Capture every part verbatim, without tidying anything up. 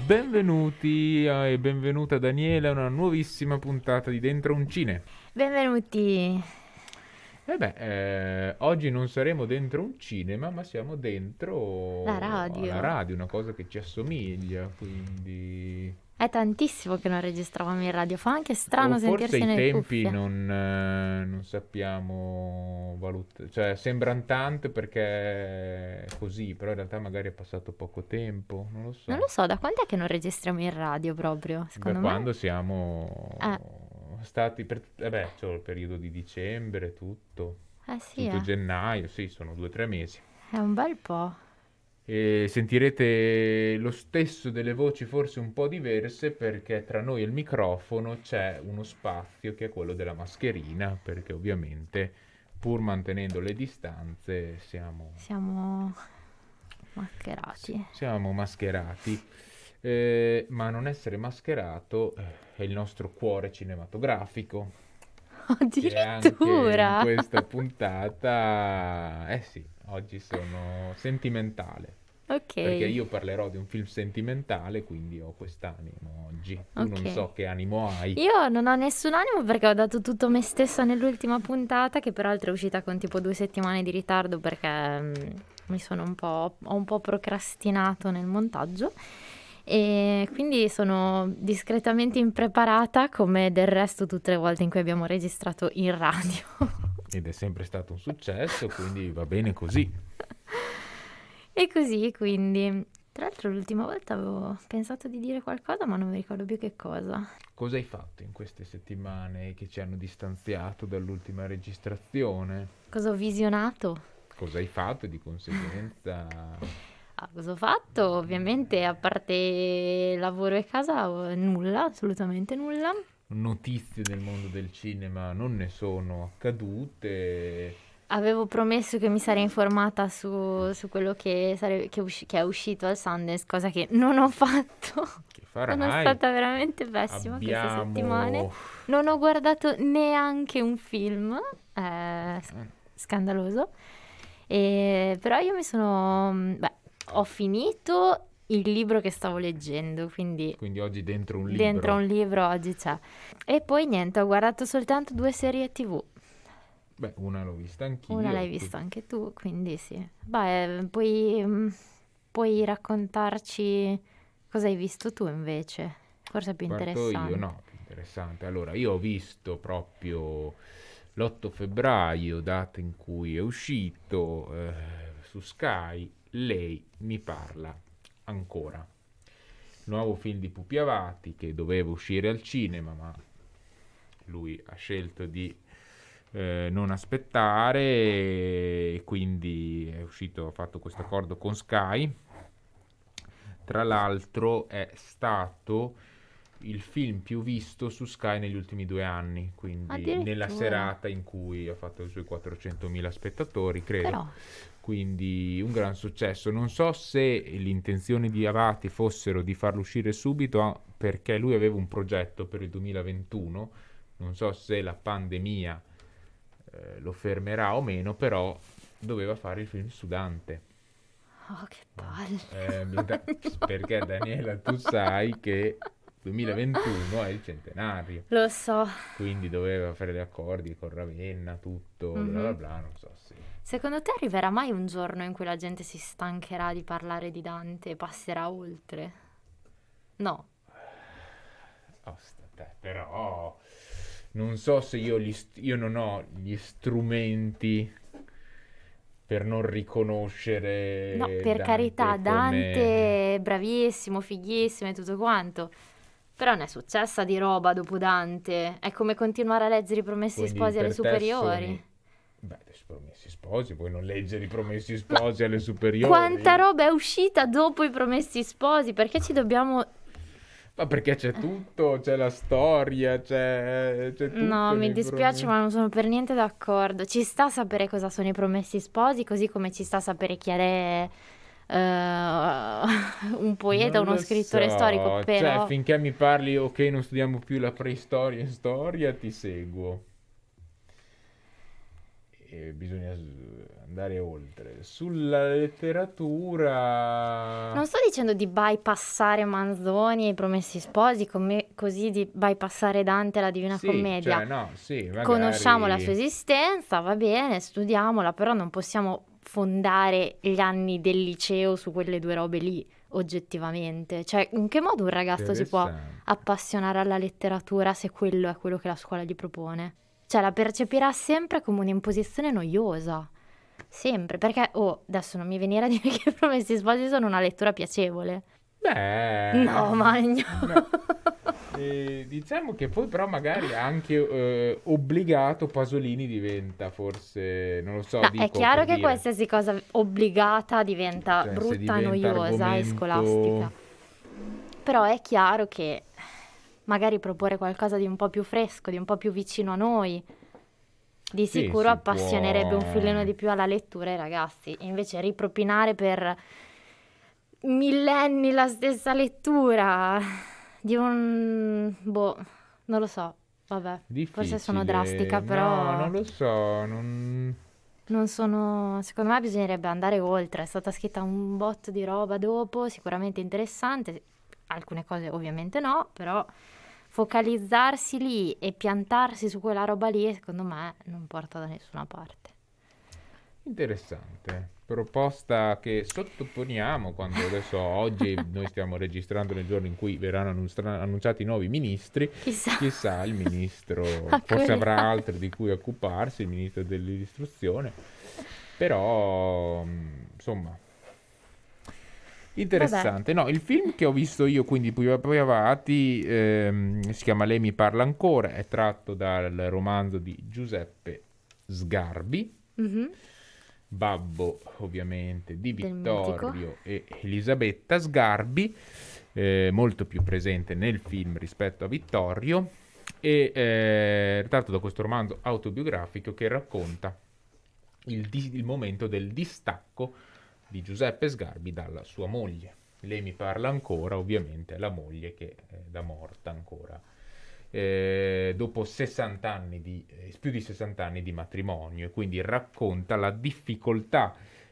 Benvenuti eh, e benvenuta Daniela a una nuovissima puntata di Dentro un Cine. Benvenuti. E beh, eh, oggi non saremo dentro un cinema, ma siamo La dentro alla radio. radio, una cosa che ci assomiglia, quindi... È tantissimo che non registravamo in radio, fa anche O strano forse sentirsi i nelle tempi cuffie. non, eh, non sappiamo valutare, cioè sembra tanto perché è così, però in realtà magari è passato poco tempo, non lo Non lo so. so, da quant'è che non registriamo in radio proprio? Da Secondo me... quando Eh, siamo stati per... Vabbè, c'è il periodo di dicembre, tutto, eh sì, tutto eh. gennaio, sì, sono due o tre mesi. È un bel po'. E sentirete lo stesso delle voci forse un po' diverse perché tra noi e il microfono c'è uno spazio che è quello della mascherina, perché ovviamente pur mantenendo le distanze siamo, Siamo si- mascherati. siamo mascherati. Eh, ma non essere mascherato eh, è il nostro cuore cinematografico, che anche in Addirittura! questa puntata, eh sì, oggi sono sentimentale, perché Ok, io parlerò di un film sentimentale, quindi ho quest'animo oggi. Tu non ok. so che animo hai. Io non ho nessun animo perché ho dato tutto me stessa nell'ultima puntata, che peraltro è uscita con tipo due settimane di ritardo perché mm, mi sono un po', ho un po' procrastinato nel montaggio e quindi sono discretamente impreparata come del resto tutte le volte in cui abbiamo registrato in radio. Ed è sempre stato un successo, quindi va bene così. E così quindi, tra l'altro l'ultima volta avevo pensato di dire qualcosa ma non mi ricordo più che cosa. Cosa hai fatto in queste settimane che ci hanno distanziato dall'ultima registrazione? Cosa ho visionato? Cosa hai fatto e di conseguenza Ah, cosa ho fatto? Ovviamente, a parte lavoro e casa, oh, nulla, assolutamente nulla. notizie del mondo del cinema non ne sono accadute? Avevo promesso che mi sarei informata su, su quello che, sare- che, usci- che è uscito al Sundance, cosa che non ho fatto. Che Sono farai? stata veramente pessima queste settimane. Abbiamo... Non ho guardato neanche un film, eh, s- eh, scandaloso. E- però io mi sono... Beh, ho finito il libro che stavo leggendo, quindi Quindi oggi dentro un dentro libro. un libro oggi c'è. E poi niente, ho guardato soltanto due serie T V. Beh, una l'ho vista Una l'hai anch'io. qui- vista anche tu, quindi sì. Beh, puoi, mm, puoi raccontarci cosa hai visto tu invece? Forse è più Parto io, interessante. no, più interessante. Allora, io ho visto proprio l'otto febbraio, data in cui è uscito, eh, su Sky, Lei mi parla ancora. Nuovo film di Pupi Avati che doveva uscire al cinema, ma lui ha scelto di eh, non aspettare e quindi è uscito, ha fatto questo accordo con Sky. Tra l'altro è stato il film più visto su Sky negli ultimi due anni, quindi nella Addirittura. serata in cui ha fatto i suoi quattrocentomila spettatori, credo. Però, Quindi un gran successo. Non so se le intenzioni di Avati fossero di farlo uscire subito, ah, perché lui aveva un progetto per il duemilaventuno. Non so se la pandemia eh, lo fermerà o meno, però doveva fare il film su Dante. oh che No. palle. Eh, mi da- perché Daniela, tu sai che duemilaventuno è il centenario, Lo so. quindi doveva fare gli accordi con Ravenna, tutto, bla bla Mhm. bla, non so se... Secondo te arriverà mai un giorno in cui la gente si stancherà di parlare di Dante e passerà oltre? No. Aspetta, però non so se io, gli st- io non ho gli strumenti per non No, riconoscere per carità, Dante come... Dante è bravissimo, fighissimo e tutto quanto. Però non è successa di roba dopo Dante. È come continuare a leggere i Promessi Quindi Sposi alle per te sono... superiori. Beh, adesso Promessi Sposi, puoi non leggere i Promessi Ma Sposi alle quanta superiori? roba è uscita dopo i Promessi Sposi? Perché ci dobbiamo... Ma perché c'è tutto, c'è la storia, c'è, c'è No, tutto mi nei dispiace, Promessi. ma non sono per niente d'accordo. Ci sta sapere cosa sono i Promessi Sposi, così come ci sta sapere chi è eh, un poeta, Non uno lo scrittore storico, so, cioè però... finché mi parli, ok, non studiamo più la preistoria in storia, ti seguo. E bisogna s- andare oltre. Sulla letteratura... Non sto dicendo di bypassare Manzoni e i Promessi Sposi, come, così di bypassare Dante e la Divina Sì, Commedia. cioè no, sì, magari... Conosciamo la sua esistenza, va bene, studiamola, però non possiamo fondare gli anni del liceo su quelle due robe lì, oggettivamente. Cioè, in che modo un ragazzo si può Interessante. appassionare alla letteratura se quello è quello che la scuola gli propone? Cioè, la percepirà sempre come un'imposizione noiosa. Sempre, perché, oh, adesso non mi venire a dire che i Promessi Sposi sono una lettura piacevole. Beh... No, Magno. no. Eh, diciamo che poi però magari anche eh, obbligato Pasolini diventa forse, non lo so, No, dico è chiaro per che dire, qualsiasi cosa obbligata diventa cioè se brutta, diventa noiosa e argomento... scolastica. Però è chiaro che magari proporre qualcosa di un po' più fresco, di un po' più vicino a noi, di Sì, sicuro si appassionerebbe un può... filino di più alla lettura ai ragazzi. Invece ripropinare per millenni la stessa lettura di un... boh, non lo so, vabbè, forse sono drastica, Difficile. No, però non lo so, non... non sono... secondo me bisognerebbe andare oltre. È stata scritta un botto di roba dopo, sicuramente interessante, alcune cose ovviamente no, però focalizzarsi lì e piantarsi su quella roba lì, secondo me, non porta da nessuna parte. Interessante. Proposta che sottoponiamo quando adesso oggi noi stiamo registrando nel giorno in cui verranno annunzra- annunciati i nuovi ministri. Chissà. Chissà, il ministro A forse quella- avrà altro di cui occuparsi, il ministro dell'istruzione. Però, mh, insomma, interessante. No, il film che ho visto io, quindi poi, poi avanti, ehm, si chiama Lei mi parla ancora, è tratto dal romanzo di Giuseppe Sgarbi. Mhm. Babbo ovviamente di Del Vittorio e Elisabetta Sgarbi, eh, molto più presente nel film rispetto a Vittorio, e eh, tratto da questo romanzo autobiografico che racconta il, di- il momento del distacco di Giuseppe Sgarbi dalla sua moglie. Lei mi parla ancora, ovviamente è la moglie che è da morta ancora. Eh, dopo sessanta anni di, eh, più di sessanta anni di matrimonio, e quindi racconta la difficoltà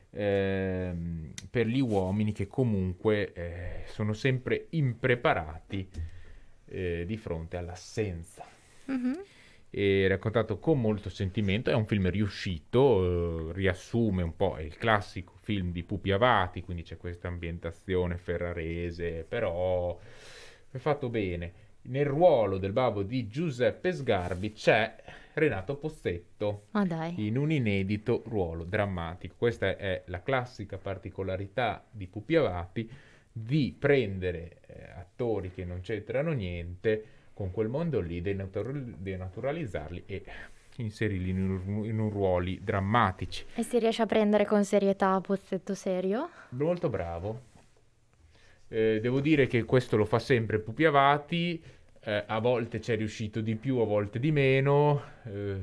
ehm, per gli uomini che comunque eh, sono sempre impreparati eh, di fronte all'assenza. Mhm. E raccontato con molto sentimento, è un film riuscito, eh, riassume un po', è il classico film di Pupi Avati, quindi c'è questa ambientazione ferrarese, però è fatto bene. Nel ruolo del babbo di Giuseppe Sgarbi c'è Renato Pozzetto Ma dai. in un inedito ruolo drammatico. Questa è la classica particolarità di Pupi Avati, di prendere eh, attori che non c'entrano niente con quel mondo lì, denatur- denaturalizzarli e inserirli in un, in un ruoli drammatici. E si riesce a prendere con serietà Pozzetto serio? Molto bravo. Eh, devo dire che questo lo fa sempre Pupi Avati, eh, a volte c'è riuscito di più, a volte di meno. Eh,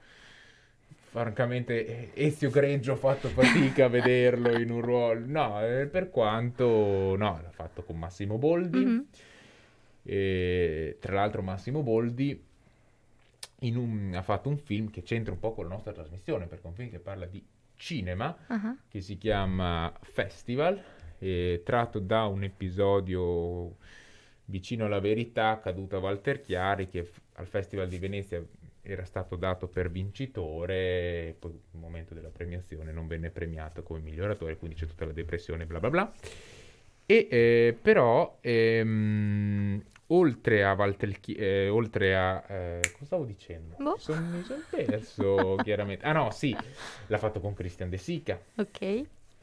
francamente, Ezio Greggio ha fatto fatica a vederlo in un ruolo. No, eh, per quanto no, l'ha fatto con Massimo Boldi. Mhm. E, tra l'altro, Massimo Boldi in un- ha fatto un film che c'entra un po' con la nostra trasmissione, perché è un film che parla di cinema, Ah. che si chiama Festival, eh, tratto da un episodio vicino alla verità accaduto a Walter Chiari, che f- al Festival di Venezia era stato dato per vincitore, e poi al momento della premiazione non venne premiato come miglioratore, quindi c'è tutta la depressione, bla bla bla. E eh, però, ehm, oltre a Valtelchi- eh, oltre a... eh, cosa stavo dicendo? Boh. Mi son- mi sono perso, chiaramente. Ah no, sì, l'ha fatto con Christian De Sica. Ok.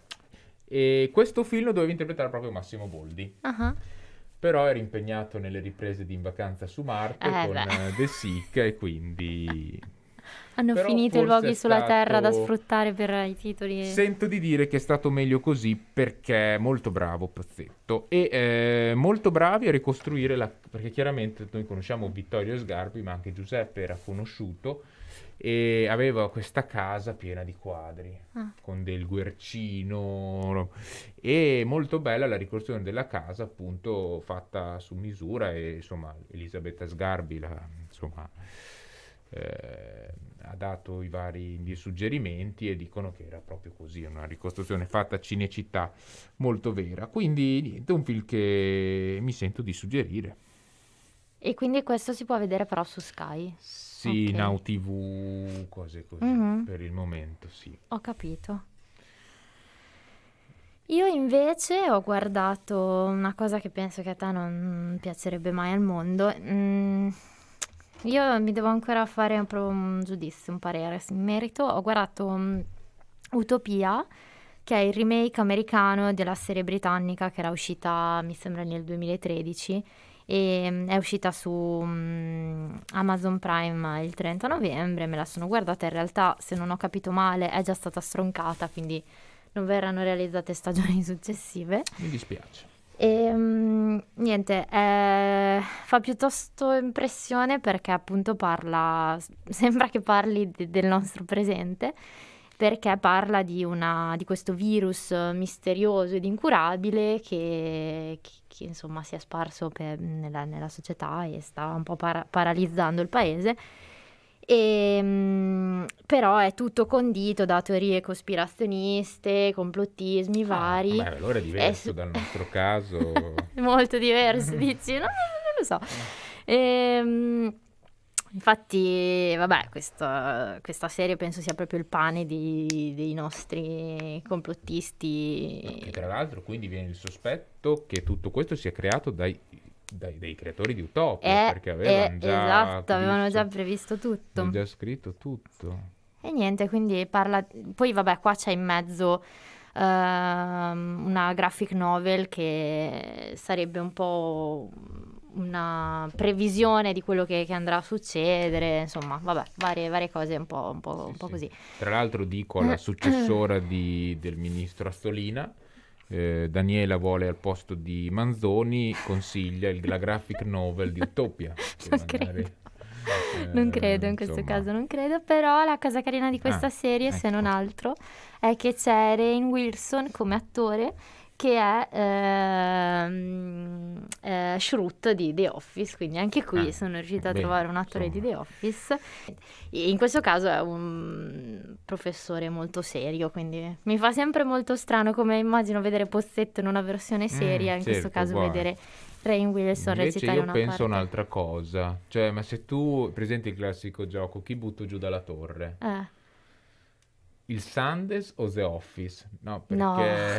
E questo film lo doveva interpretare proprio Massimo Boldi. Ah. Però era impegnato nelle riprese di In vacanza su Marte Eh, con beh. eh, De Sica e quindi... Hanno Però finito i forse luoghi è sulla Terra da stato- sfruttare per i titoli. Sento di dire che è stato meglio così perché è molto bravo Pozzetto e eh, molto bravi a ricostruire la... perché chiaramente noi conosciamo Vittorio Sgarbi, ma anche Giuseppe era conosciuto e aveva questa casa piena di quadri Ah. con del guercino e molto bella la ricostruzione della casa, appunto fatta su misura, e insomma Elisabetta Sgarbi la, insomma eh, ha dato i vari suggerimenti e dicono che era proprio così, una ricostruzione fatta a Cinecittà molto vera. Quindi niente, un film che mi sento di suggerire. E quindi questo si può vedere però su Sky? Sì, Ok. Now T V, cose così, Mhm. per il momento, sì. Ho capito. Io invece ho guardato una cosa che penso che a te non piacerebbe mai al mondo. Mm, io mi devo ancora fare un, pro- un giudizio, un parere in merito. Ho guardato mm, Utopia, che è il remake americano della serie britannica che era uscita, mi sembra, nel duemilatredici e mm, è uscita su mm, Amazon Prime il trenta novembre. Me la sono guardata, in realtà, se non ho capito male, è già stata stroncata, quindi non verranno realizzate stagioni successive. Mi dispiace. E mm, niente, eh, fa piuttosto impressione perché appunto parla, sembra che parli de- del nostro presente, perché parla di, una, di questo virus misterioso ed incurabile che, che- che, insomma si è sparso per- nella, nella società e sta un po' para- paralizzando il paese. E, mm, però è tutto condito da teorie cospirazioniste, complottismi Ah, vari. beh, allora è È diverso su- dal nostro caso. molto diverso, dici? No, non lo so. Ehm, infatti, vabbè, questa, questa serie penso sia proprio il pane di- dei nostri complottisti. E tra l'altro quindi viene il sospetto che tutto questo sia creato dai, dai, dai creatori di Utopia, È, perché è- avevano già esatto, avevano già visto, previsto tutto. avevano già scritto tutto. E niente, quindi parla. Poi vabbè, qua c'è in mezzo ehm, una graphic novel che sarebbe un po' una previsione di quello che, che andrà a succedere, insomma, vabbè, varie, varie cose un po', un po', Sì, un po' sì. così. Tra l'altro dico alla successora di- del ministro Astolina, eh, Daniela vuole al posto di Manzoni, consiglia il- la graphic novel di Utopia. che Non magari, credo. eh, Non credo, in questo insomma. caso non credo, però la cosa carina di questa Ah, serie, se non ecco. altro, è che c'è Rainn Wilson come attore che è ehm, eh, Schrute di The Office, quindi anche qui Ah, sono riuscita a bene, trovare un attore di insomma. The Office. E in questo caso è un professore molto serio, quindi mi fa sempre molto strano, come immagino vedere Pozzetto in una versione seria, Mm, in questo certo, caso guarda. vedere Rainn Wilson Invece recitare io una penso a parte. un'altra cosa, cioè, ma se tu presenti il classico gioco, chi butto giù dalla torre? Eh. Il Sundays o The Office? No, No,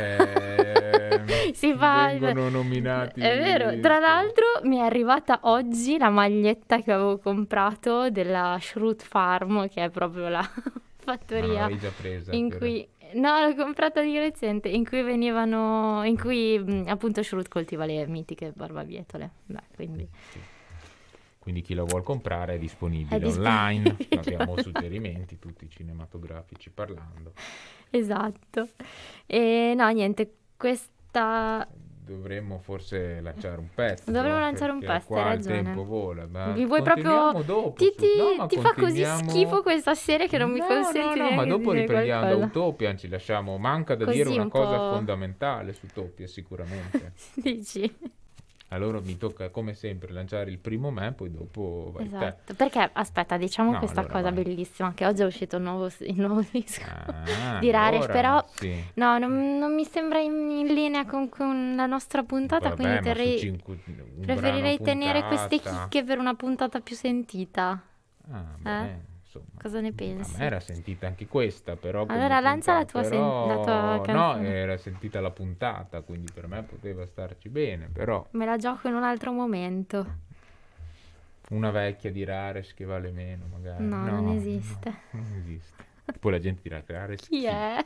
perché si fa. vengono nominati. È vero, tra l'altro mi è arrivata oggi la maglietta che avevo comprato della Schrute Farm, che è proprio la Ma non fattoria l'avevi già presa in per- cui. No, l'ho comprata di recente, in cui venivano. In cui mh, appunto Schrute coltiva le mitiche barbabietole. Beh, quindi. Sì. Quindi chi la vuol comprare è disponibile È disponibile. online. Abbiamo suggerimenti, tutti cinematografici parlando. Esatto. E no, niente, questa. Dovremmo forse lanciare un pezzo. Dovremmo lanciare un perché pezzo, qua hai il ragione. tempo vola. Ma Mi vuoi continuiamo proprio. dopo. Ti, su- ti- no, ma ti fa così continuiamo- schifo questa serie che non mi No, consenti no, no, ma neanche di dopo dire riprendiamo da qualcosa. Utopia, ci lasciamo. Manca da dire Così una un cosa po'. fondamentale su Utopia, sicuramente. Dici? Allora mi tocca, come sempre, lanciare il primo me, poi dopo vai te. Esatto. Perché, aspetta, diciamo No, questa allora cosa vai. bellissima, che oggi è uscito il nuovo, il nuovo disco Ah, di Rares, allora, però sì. no, non, non mi sembra in, in linea con, con la nostra puntata, Vabbè, quindi ma su terrei, cinque- un preferirei brano tenere queste puntata. chicche per una puntata più sentita. Ah, Eh? beh, insomma. Cosa ne A pensi? me era sentita anche questa, però come Allora lancia la puntata, tua sen- però- la tua No, canzone. era sentita la puntata, quindi per me poteva starci bene, però Me la gioco in un altro momento. una vecchia di Rares che vale meno, magari. No, No, non esiste. no, non esiste. Poi la gente dirà Rares Chi è?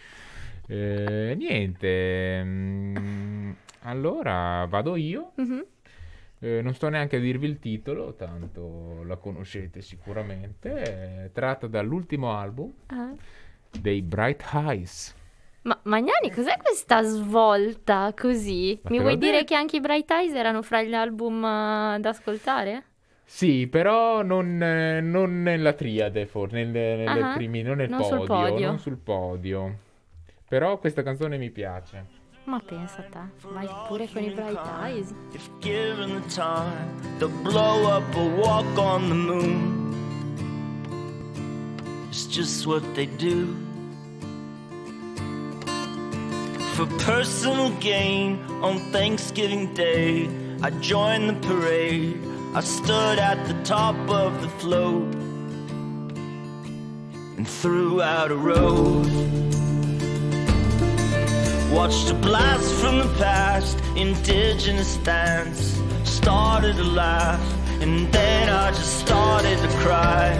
Eh, niente, mm, allora vado io. Mhm. Eh, non sto neanche a dirvi il titolo, tanto la conoscete sicuramente. È tratta dall'ultimo album Ah. dei Bright Eyes. Ma Magnani, cos'è questa svolta così? Ma Mi te vuoi l'ho dire detto. che anche i Bright Eyes erano fra gli album eh, da ascoltare? Sì, però non, eh, non nella triade, for- nel, nelle Ah, primi, non nel non sul podio, podio. non sul podio. Però questa canzone mi piace. Ma pensa a te, vai pure con i Bright Eyes. If given the time to blow up or walk on the moon, It's just what they do. For personal gain on Thanksgiving Day, I joined the parade. I stood at the top of the float and threw out a rose. Watched a blast from the past, indigenous dance. Started to laugh, and then I just started to cry.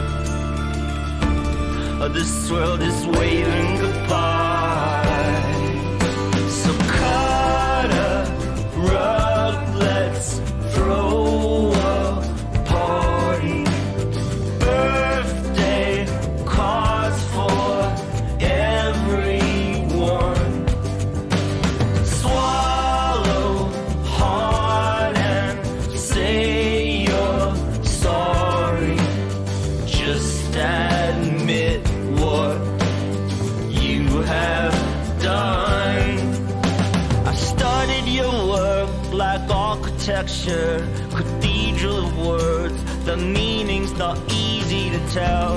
Oh, this world is waving goodbye. So cut a rug, let's throw a party. Birthday cards for everyone. Swallow hard and say you're sorry. Just admit what you have done. I studied your work like architecture, cathedral of words, the meaning's not easy to tell.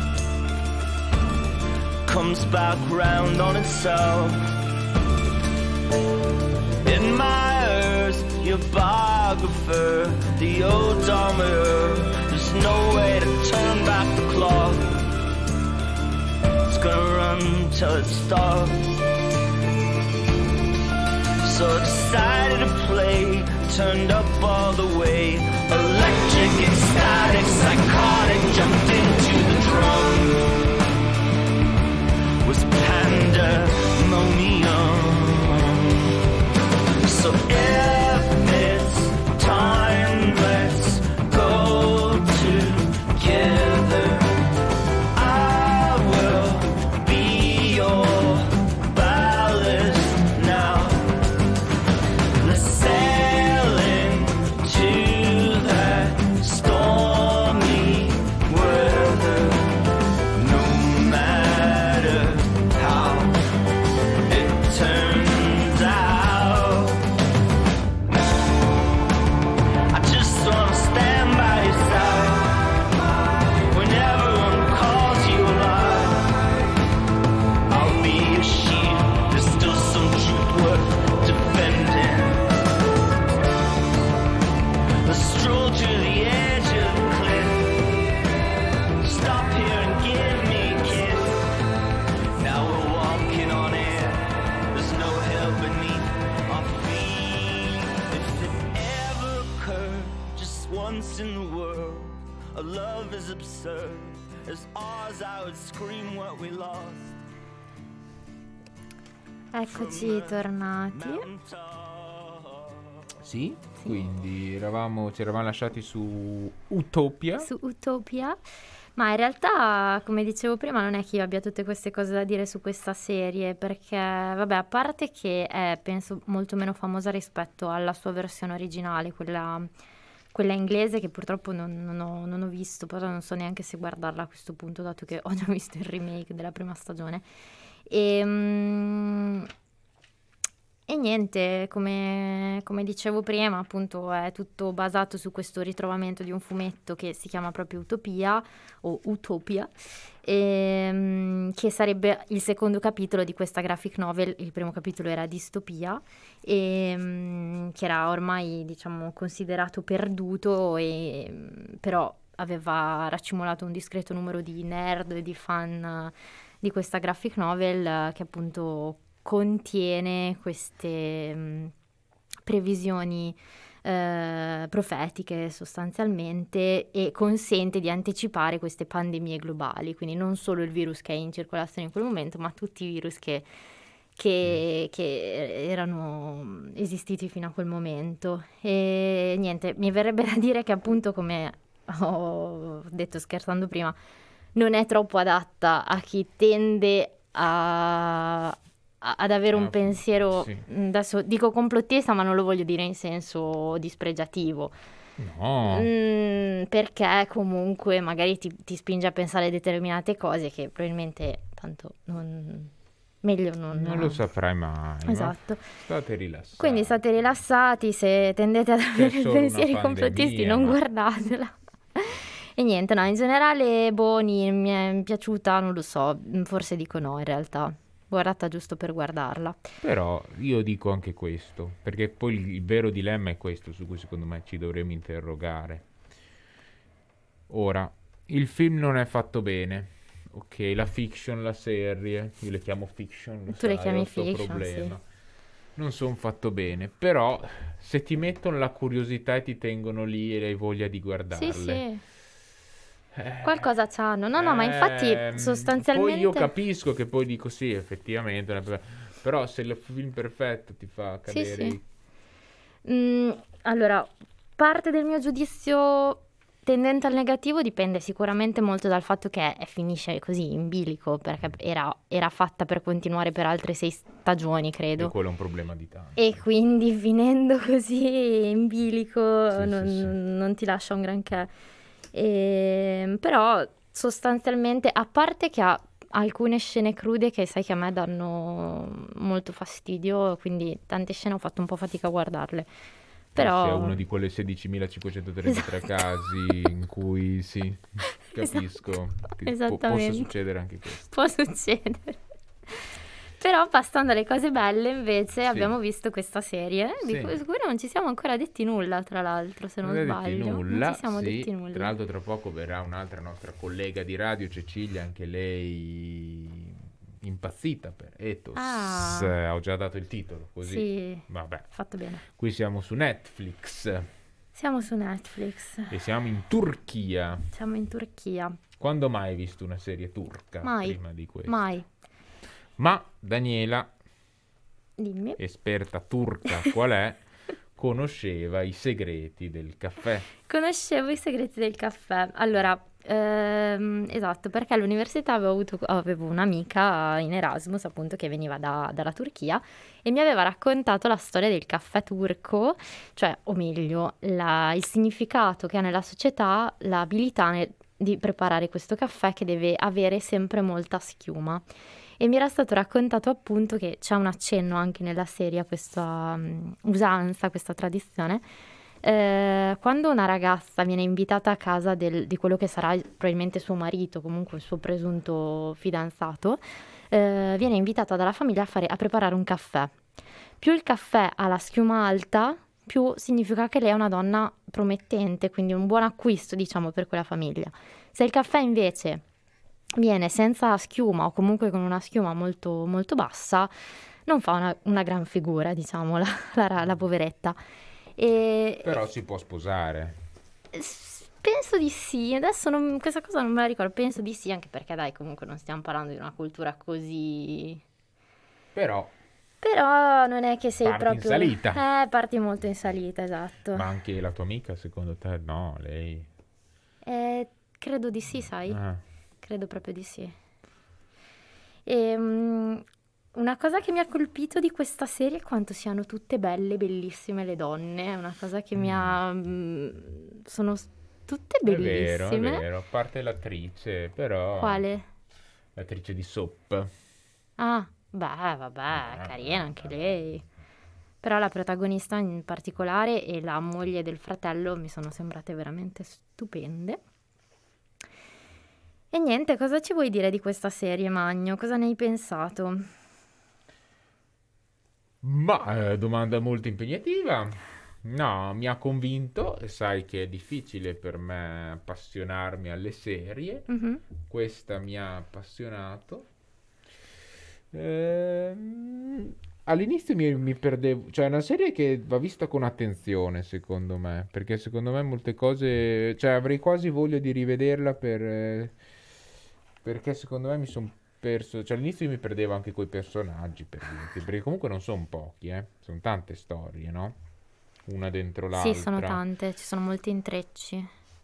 Comes back round on itself. Admirers, your biographer, the odometer. There's no way to turn back the clock. It's gonna run till it stops. So excited to play, turned up all the way. Electric, ecstatic, psychotic, jumped into the drum. Was pandemonium. So if it's time, let's go together. I will be your ballast now. Let's sail into that stormy weather. No matter how it turns out, I just wanna stand by your side when everyone calls you alive. I'll be your shield. There's still some truth worth defending. Let's stroll to the edge of the cliff. Stop here and give me a kiss. Now we're walking on air. There's no hell beneath our feet. If it ever occurred, just once in the world, a love as absurd as ours, I would scream what we lost. Eccoci tornati. Mountain top. Sì, quindi eravamo, ci eravamo lasciati su Utopia. Su Utopia, ma in realtà, come dicevo prima, non è che io abbia tutte queste cose da dire su questa serie, perché, vabbè, a parte che è, penso, molto meno famosa rispetto alla sua versione originale, quella, quella inglese, che purtroppo non, non ho, non ho visto, però non so neanche se guardarla a questo punto, dato che ho già visto il remake della prima stagione. E, mm, e niente, come, come dicevo prima, appunto è tutto basato su questo ritrovamento di un fumetto che si chiama proprio Utopia o Utopia, ehm, che sarebbe il secondo capitolo di questa graphic novel. Il primo capitolo era Distopia, e, mm, che era ormai, diciamo, considerato perduto, e, mm, però aveva raccimolato un discreto numero di nerd e di fan eh, di questa graphic novel, eh, che appunto contiene queste mh, previsioni eh, profetiche sostanzialmente, e consente di anticipare queste pandemie globali, quindi non solo il virus che è in circolazione in quel momento, ma tutti i virus che, che, che erano esistiti fino a quel momento. E niente, mi verrebbe da dire che, appunto, come ho detto scherzando prima, non è troppo adatta a chi tende a ad avere un Ah, pensiero, sì. adesso dico complottista, ma non lo voglio dire in senso dispregiativo, No, Mm, perché comunque magari ti, ti spinge a pensare determinate cose che probabilmente tanto non, meglio non, non lo saprai mai. ma Esatto. State rilassati. Quindi state rilassati, se tendete ad avere solo una pensieri complottisti pandemia, non ma- guardatela. E niente, no, in generale Bonnie mi è piaciuta, non lo so, forse dico no in realtà. Guardata giusto per guardarla. Però io dico anche questo, perché poi il, il vero dilemma è questo su cui secondo me ci dovremmo interrogare. Ora, il film non è fatto bene. Ok, la fiction, la serie, io le chiamo fiction, lo Tu le sai, chiami ho sto fiction, problema. Non sono fatto bene, però se ti mettono la curiosità e ti tengono lì e hai voglia di Sì, guardarle. sì. eh, Qualcosa c'hanno. No, no, ma infatti ehm, sostanzialmente... Poi io capisco che poi dico sì, effettivamente, una- però se il film perfetto ti fa Sì, cadere... sì. Mm, allora, parte del mio giudizio tendente al negativo dipende sicuramente molto dal fatto che eh, finisce così in bilico, perché era, era fatta per continuare per altre sei stagioni, E credo. quello è un problema di tanti. E quindi finendo così in bilico Sì, non, sì, sì. non ti lascia un granché. Ehm, però sostanzialmente, a parte che ha alcune scene crude che sai che a me danno molto fastidio, quindi tante scene ho fatto un po' fatica a guardarle. Però... se è Però... uno di quelle sedicimilacinquecentotrentatré Esatto. casi in cui sì, capisco Esatto, che po- possa esattamente. succedere anche questo. Può succedere. Però passando alle cose belle, invece, Sì. abbiamo visto questa serie, di Sì. cui, su cui non ci siamo ancora detti nulla, tra l'altro, se non, Non avete sbaglio. nulla, Non ci siamo sì. detti nulla. Tra l'altro tra poco verrà un'altra nostra collega di radio, Cecilia, anche lei impazzita per Ethos. Ah. Eh, ho già dato il titolo, così. Sì, Vabbè. fatto bene. Qui siamo su Netflix Siamo su Netflix, e siamo in Turchia. siamo in Turchia. Quando mai hai visto una serie turca Mai, prima di questo? mai. Ma Daniela, Dimmi. esperta turca qual è, conosceva i segreti del caffè. Conoscevo i segreti del caffè. Allora, ehm, esatto, perché all'università avevo avuto, avevo un'amica in Erasmus, appunto, che veniva da- dalla Turchia e mi aveva raccontato la storia del caffè turco, cioè, o meglio, la- il significato che ha nella società l'abilità ne- di preparare questo caffè che deve avere sempre molta schiuma. E mi era stato raccontato appunto che c'è un accenno anche nella serie a questa mm, usanza, a questa tradizione. Eh, quando una ragazza viene invitata a casa del- di quello che sarà probabilmente suo marito, comunque il suo presunto fidanzato, eh, viene invitata dalla famiglia a, fare- a preparare un caffè. Più il caffè ha la schiuma alta, più significa che lei è una donna promettente, quindi un buon acquisto, diciamo, per quella famiglia. Se il caffè invece viene senza schiuma o comunque con una schiuma molto, molto bassa, non fa una, una gran figura, diciamo, la, la- la poveretta. E, Però si può sposare. s- penso di sì, adesso non- questa cosa non me la ricordo, penso di sì, anche perché dai, comunque non stiamo parlando di una cultura così... Però, Però non è che sei Parti in proprio... salita. Eh, parti molto in salita, esatto. ma anche la tua amica, secondo te? No, lei... Eh, credo di sì, sai? Ah. Credo proprio di sì. E, mm, una cosa che mi ha colpito di questa serie è quanto siano tutte belle, bellissime le donne. È una cosa che mi ha... mm, sono s- tutte È vero, è bellissime. vero, a parte l'attrice, però... Quale? L'attrice di Soap. Ah, beh, vabbè, Ah, carina anche vabbè. lei. Però la protagonista in particolare e la moglie del fratello mi sono sembrate veramente stupende. E niente, cosa ci vuoi dire di questa serie, Magno? Cosa ne hai pensato? Ma, eh, domanda molto impegnativa. No, mi ha convinto, e sai che è difficile per me appassionarmi alle serie. Mhm. Questa mi ha appassionato. Ehm, all'inizio mi, mi perdevo, cioè è una serie che va vista con attenzione, secondo me, perché secondo me molte cose, cioè avrei quasi voglia di rivederla per, eh, perché secondo me mi sono perso, cioè all'inizio mi perdevo anche coi personaggi, per dirti, perché comunque non sono pochi, eh, sono tante storie, no? Una dentro Sì, sono l'altra. tante, ci sono molti intrecci.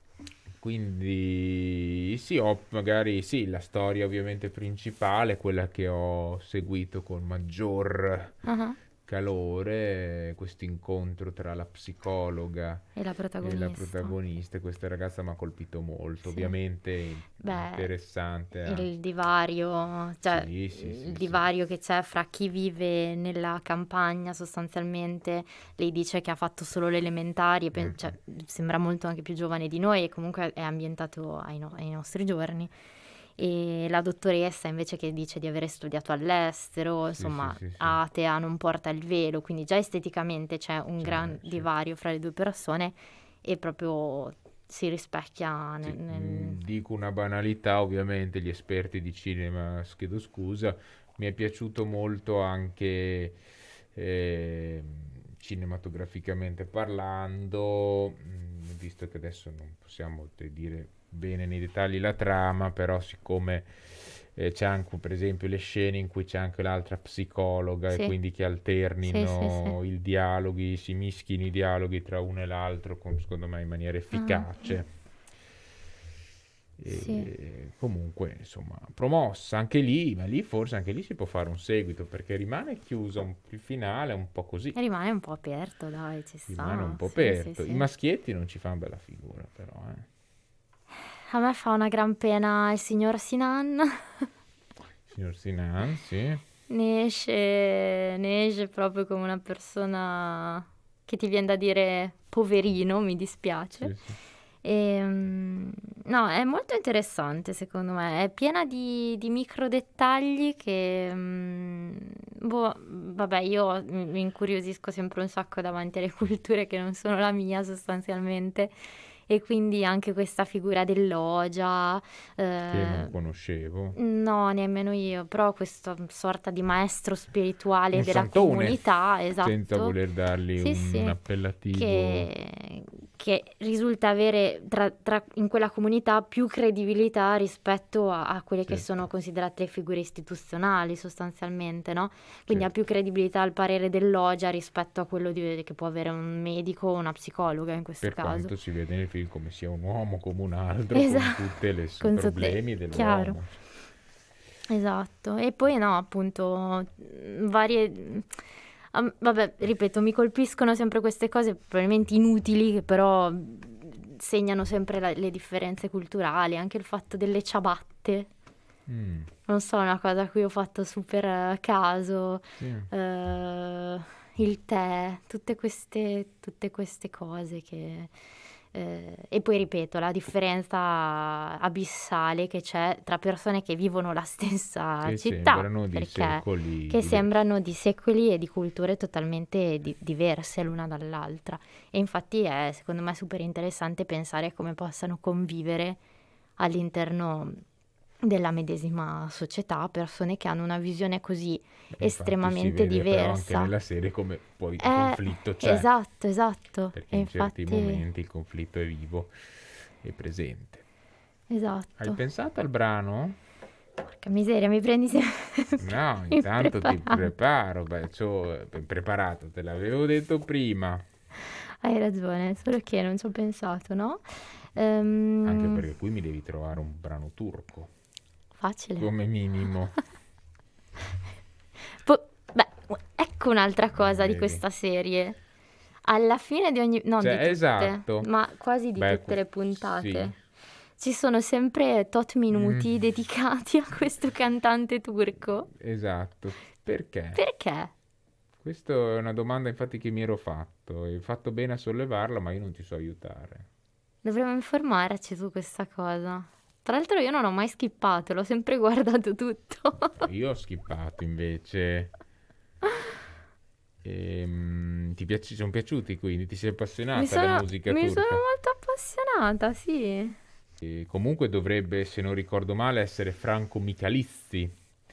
Quindi sì, ho magari sì, la storia ovviamente principale, quella che ho seguito con maggior Ah, calore, questo incontro tra la psicologa E la e la protagonista. protagonista. Questa ragazza mi ha colpito molto, Sì. ovviamente Beh, interessante anche. il divario, cioè Sì, sì, il sì, sì. divario che c'è fra chi vive nella campagna sostanzialmente, lei dice che ha fatto solo le elementari, e pen- Mm. cioè, sembra molto anche più giovane di noi e comunque è ambientato ai, no- ai nostri giorni. E la dottoressa invece che dice di avere studiato all'estero, Sì, insomma, sì, sì, sì. atea, non porta il velo, quindi già esteticamente c'è un Cioè, gran sì. divario fra le due persone e proprio si rispecchia Sì, nel... nel- mm, dico una banalità, ovviamente gli esperti di cinema chiedo scusa, mi è piaciuto molto anche eh, cinematograficamente parlando, mm, visto che adesso non possiamo te- dire bene nei dettagli la trama, però siccome eh, c'è anche per esempio le scene in cui c'è anche l'altra psicologa e Sì, quindi che sì, sì, sì. alternino i dialoghi, si mischino i dialoghi tra uno e l'altro, con- secondo me in maniera Ah, efficace. sì. E comunque, insomma, promossa anche lì, ma lì forse anche lì si può fare un seguito perché rimane chiuso un- il finale è un po' così, E rimane un po' aperto, dai, ci rimane un sta. po' Sì, sì, aperto. I sì. maschietti non ci fanno bella figura, però, eh. A me fa una gran pena il signor Sinan. Signor Sinan, sì, Ne esce, ne esce proprio come una persona che ti viene da dire poverino, mi dispiace. sì, sì. E, mm, no, è molto interessante secondo me, è piena di, di micro dettagli che, mm, boh, vabbè, io mi mi incuriosisco sempre un sacco davanti alle culture che non sono la mia sostanzialmente, e quindi anche questa figura dell'Ogia, Che non eh, conoscevo. no, nemmeno io, però questa sorta di maestro spirituale Un della santone, comunità, senza esatto. voler dargli Sì, un sì, appellativo. che, che risulta avere tra- tra- in quella comunità più credibilità rispetto a, a quelle che sono Certo, considerate le figure istituzionali sostanzialmente, no? Quindi ha più certo. credibilità al parere dell'Ogia rispetto a quello di- che può avere un medico o una psicologa in questo Per caso. quanto si vede nel film come sia un uomo come un altro, con Esatto, tutti i con tutte, problemi chiaro. dell'uomo. Esatto, e poi no, appunto, mh, varie... mh, am- vabbè, ripeto, mi colpiscono sempre queste cose probabilmente inutili, che però mh, segnano sempre la- le differenze culturali, anche il fatto delle ciabatte, Mm, non so, è una cosa a cui ho fatto super eh, caso, sì. eh, il tè, tutte queste, tutte queste cose che... eh, e poi ripeto, la differenza abissale che c'è tra persone che vivono la stessa Che città, sembrano di perché secoli che diversi. sembrano di secoli e di culture totalmente di- diverse l'una dall'altra. E infatti è, secondo me, super interessante pensare come possano convivere all'interno della medesima società persone che hanno una visione così Infatti si estremamente vede però anche diversa. nella serie come poi il Eh, conflitto c'è, esatto, esatto. perché E in certi infatti, momenti il conflitto è vivo e presente. Hai esatto. pensato al brano? Porca miseria, mi prendi sempre No, intanto ti impreparata. preparo, beh, c'ho ben preparato, te l'avevo detto prima, Hai ragione, solo che non ci ho pensato, no? anche Ehm, perché qui mi devi trovare un brano turco, facile. come minimo. Po- beh, ecco un'altra cosa di Vedi? questa serie. Alla fine di ogni, non Cioè, di tutte, esatto. ma quasi di Beh, tutte que- le sì. puntate, ci sono sempre tot minuti Mm, dedicati a questo cantante turco. esatto. Perché? Perché? Questa è una domanda infatti che mi ero fatto. Hai fatto bene a sollevarla, ma io non ti so aiutare. Dovremmo informarci su questa cosa. Tra l'altro io non ho mai skippato, l'ho sempre guardato tutto. Io ho skippato invece. Ehm, ti piaci- sono piaciuti quindi? Ti sei Mi appassionata alla sono, musica mi sono turca? molto appassionata, sì. E comunque dovrebbe, se non ricordo male, essere Franco Michalizzi,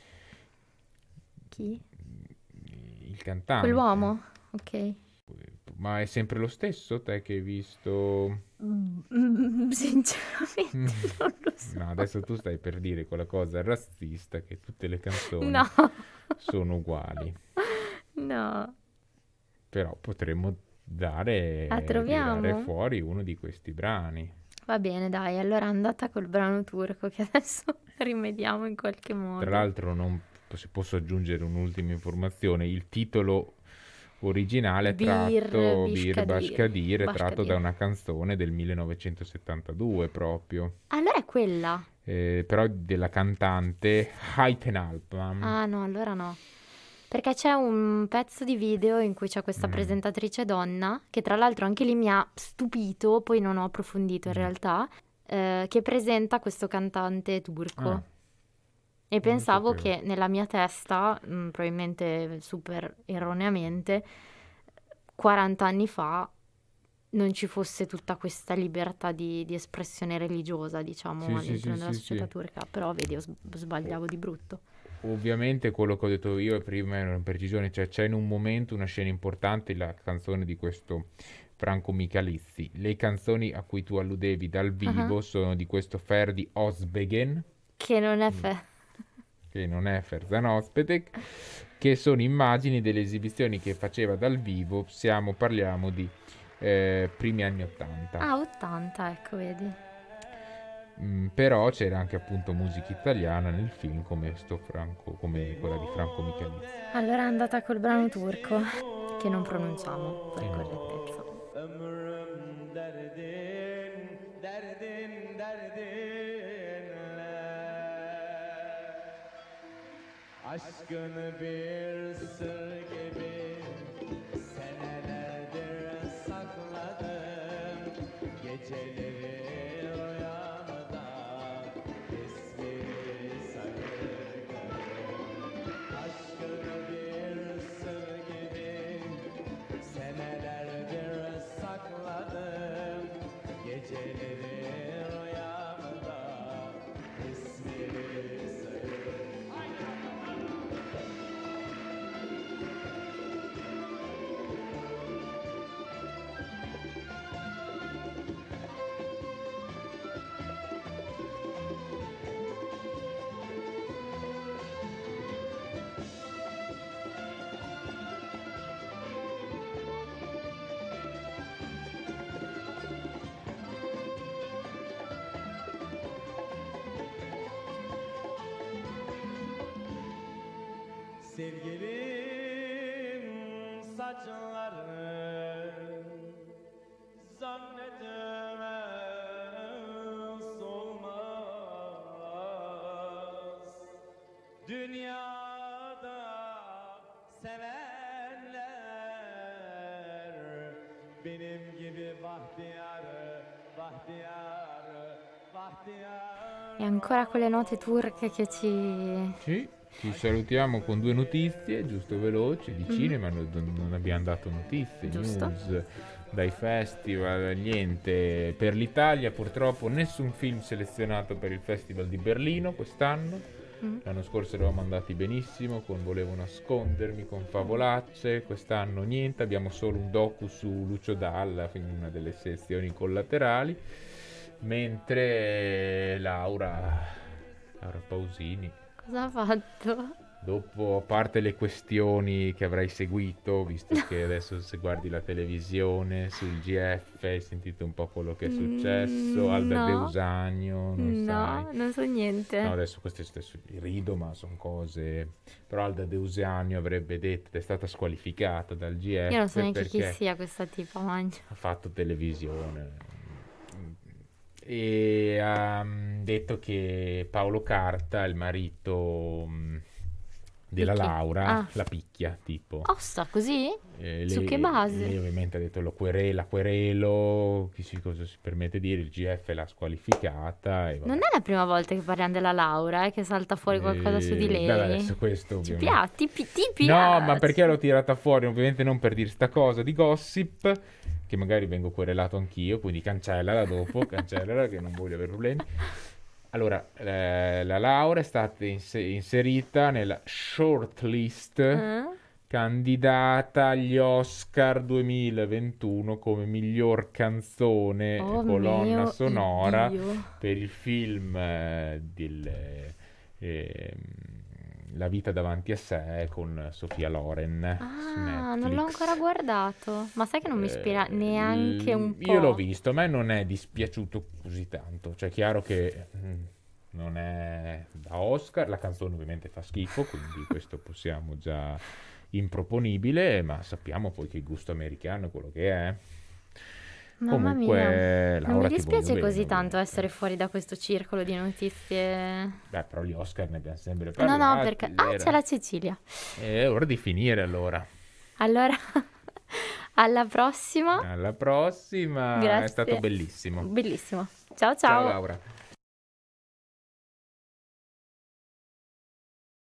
Chi? il cantante. Quell'uomo? Ok. Ma è sempre lo stesso te che hai visto? Mm, sinceramente non lo so. No, adesso tu stai per dire quella cosa razzista che tutte le canzoni No, sono uguali. no. Però potremmo dare, La tirare troviamo? fuori uno di questi brani. Va bene, dai, allora è andata col brano turco che adesso rimediamo in qualche Tra modo. l'altro, non, se posso aggiungere un'ultima informazione, il titolo originale Bir tratto Bir Bishkadir. Bashkadir, tratto Bashkadir. da una canzone del millenovecentosettantadue proprio. Allora è quella. Eh, però della cantante Hayten Alpman. Ah no, allora no. Perché c'è un pezzo di video in cui c'è questa Mm. presentatrice donna, che tra l'altro anche lì mi ha stupito, poi non ho approfondito in Mm. realtà, eh, che presenta questo cantante turco. Ah, E pensavo sapevo. che nella mia testa, mh, probabilmente super erroneamente, quaranta anni fa non ci fosse tutta questa libertà di, di espressione religiosa, diciamo, Sì, sì, all'interno sì, della sì, società sì. turca. Però vedi, ho s- sbagliavo di brutto. Ovviamente quello che ho detto io prima era una precisione, cioè c'è in un momento una scena importante, la canzone di questo Franco Michalizzi. Le canzoni a cui tu alludevi dal Ah, vivo sono di questo Ferdi Özbegen, che non è mm, fe... che non è Ferzan Özpetek, che sono immagini delle esibizioni che faceva dal vivo, siamo, parliamo di eh, primi anni ottanta. Ah, ottanta, ecco, vedi. Mm, però c'era anche appunto musica italiana nel film come, sto Franco, come quella di Franco Michalizzi. Allora è andata col brano turco, che non pronunciamo per Eh no. correttezza. Ömrüm derdin, derdin, derdinle. Aşkını bir sır gibi senelerdir sakladım. Geceleri rüyamda ismini saklarım. Aşkını bir sır gibi senelerdir sakladım. Geceleri rüyamda ismini sayarım. Sevgilim saçlarını zannetme solmaz. Dünyada sevenler benim gibi bahtiyar, bahtiyar, bahtiyar. E ancora quelle note turche che ci... Sì, ci salutiamo con due notizie, giusto veloci, di Mhm. cinema, non, non abbiamo dato notizie, Giusto. news, dai festival, niente. Per l'Italia purtroppo nessun film selezionato per il Festival di Berlino quest'anno. Mm. L'anno scorso eravamo andati benissimo con Volevo nascondermi, con Favolacce, quest'anno niente, abbiamo solo un docu su Lucio Dalla, quindi una delle sezioni collaterali, mentre Laura, Laura Pausini, Cosa ha fatto? dopo, a parte le questioni che avrai seguito, visto che adesso se guardi la televisione, sul G F, hai sentito un po' quello che è successo, Mm, Alda no. Deusanio, non No, sai. non so niente. No, adesso queste stesso rido, ma sono cose. Però Alda Deusanio avrebbe detto, è stata squalificata dal G F Io non so neanche chi perché sia questa tipa, Magno. ha fatto televisione e ha mm, detto che Paolo Carta, il marito mm, della Di chi? Laura, Ah. la picchia, tipo. Osta, così? Eh, Su lei- che base? Lei ovviamente ha detto lo querela, querelo, chi si, cosa si permette di dire, il G F l'ha squalificata e vabbè. Non è la prima volta che parliamo della Laura, eh, che salta fuori qualcosa su di Eh, lei. beh, adesso questo Ci ovviamente. piace, ti, pi- ti No, piace. ma perché l'ho tirata fuori? Ovviamente non per dire sta cosa di gossip, che magari vengo querelato anch'io, quindi cancellala dopo, cancellala che non voglio avere problemi. Allora, eh, la Laura è stata inse- inserita nella shortlist Eh? candidata agli Oscar duemilaventuno come miglior canzone Oh e colonna mio sonora Dio. per il film eh, del, ehm, La vita davanti a sé con Sofia Loren su Ah, non l'ho Netflix. ancora guardato. Ma sai che non mi ispira Eh, neanche un l- po'. Io l'ho visto, a me non è dispiaciuto così tanto. Cioè, è chiaro che mm, non è da Oscar, la canzone ovviamente fa schifo, quindi questo possiamo già improponibile, ma sappiamo poi che il gusto americano è quello che è. Mamma Comunque, mia, non Laura, mi ti voglio dispiace bene, così tanto ovviamente. essere fuori da questo circolo di notizie. Beh, però gli Oscar ne abbiamo sempre No, no, parlati, perché... Ah, vero? c'è la Cecilia. È ora di finire allora. Allora, alla prossima. Alla prossima, è stato Grazie. bellissimo. Bellissimo. Ciao Ciao ciao. Laura.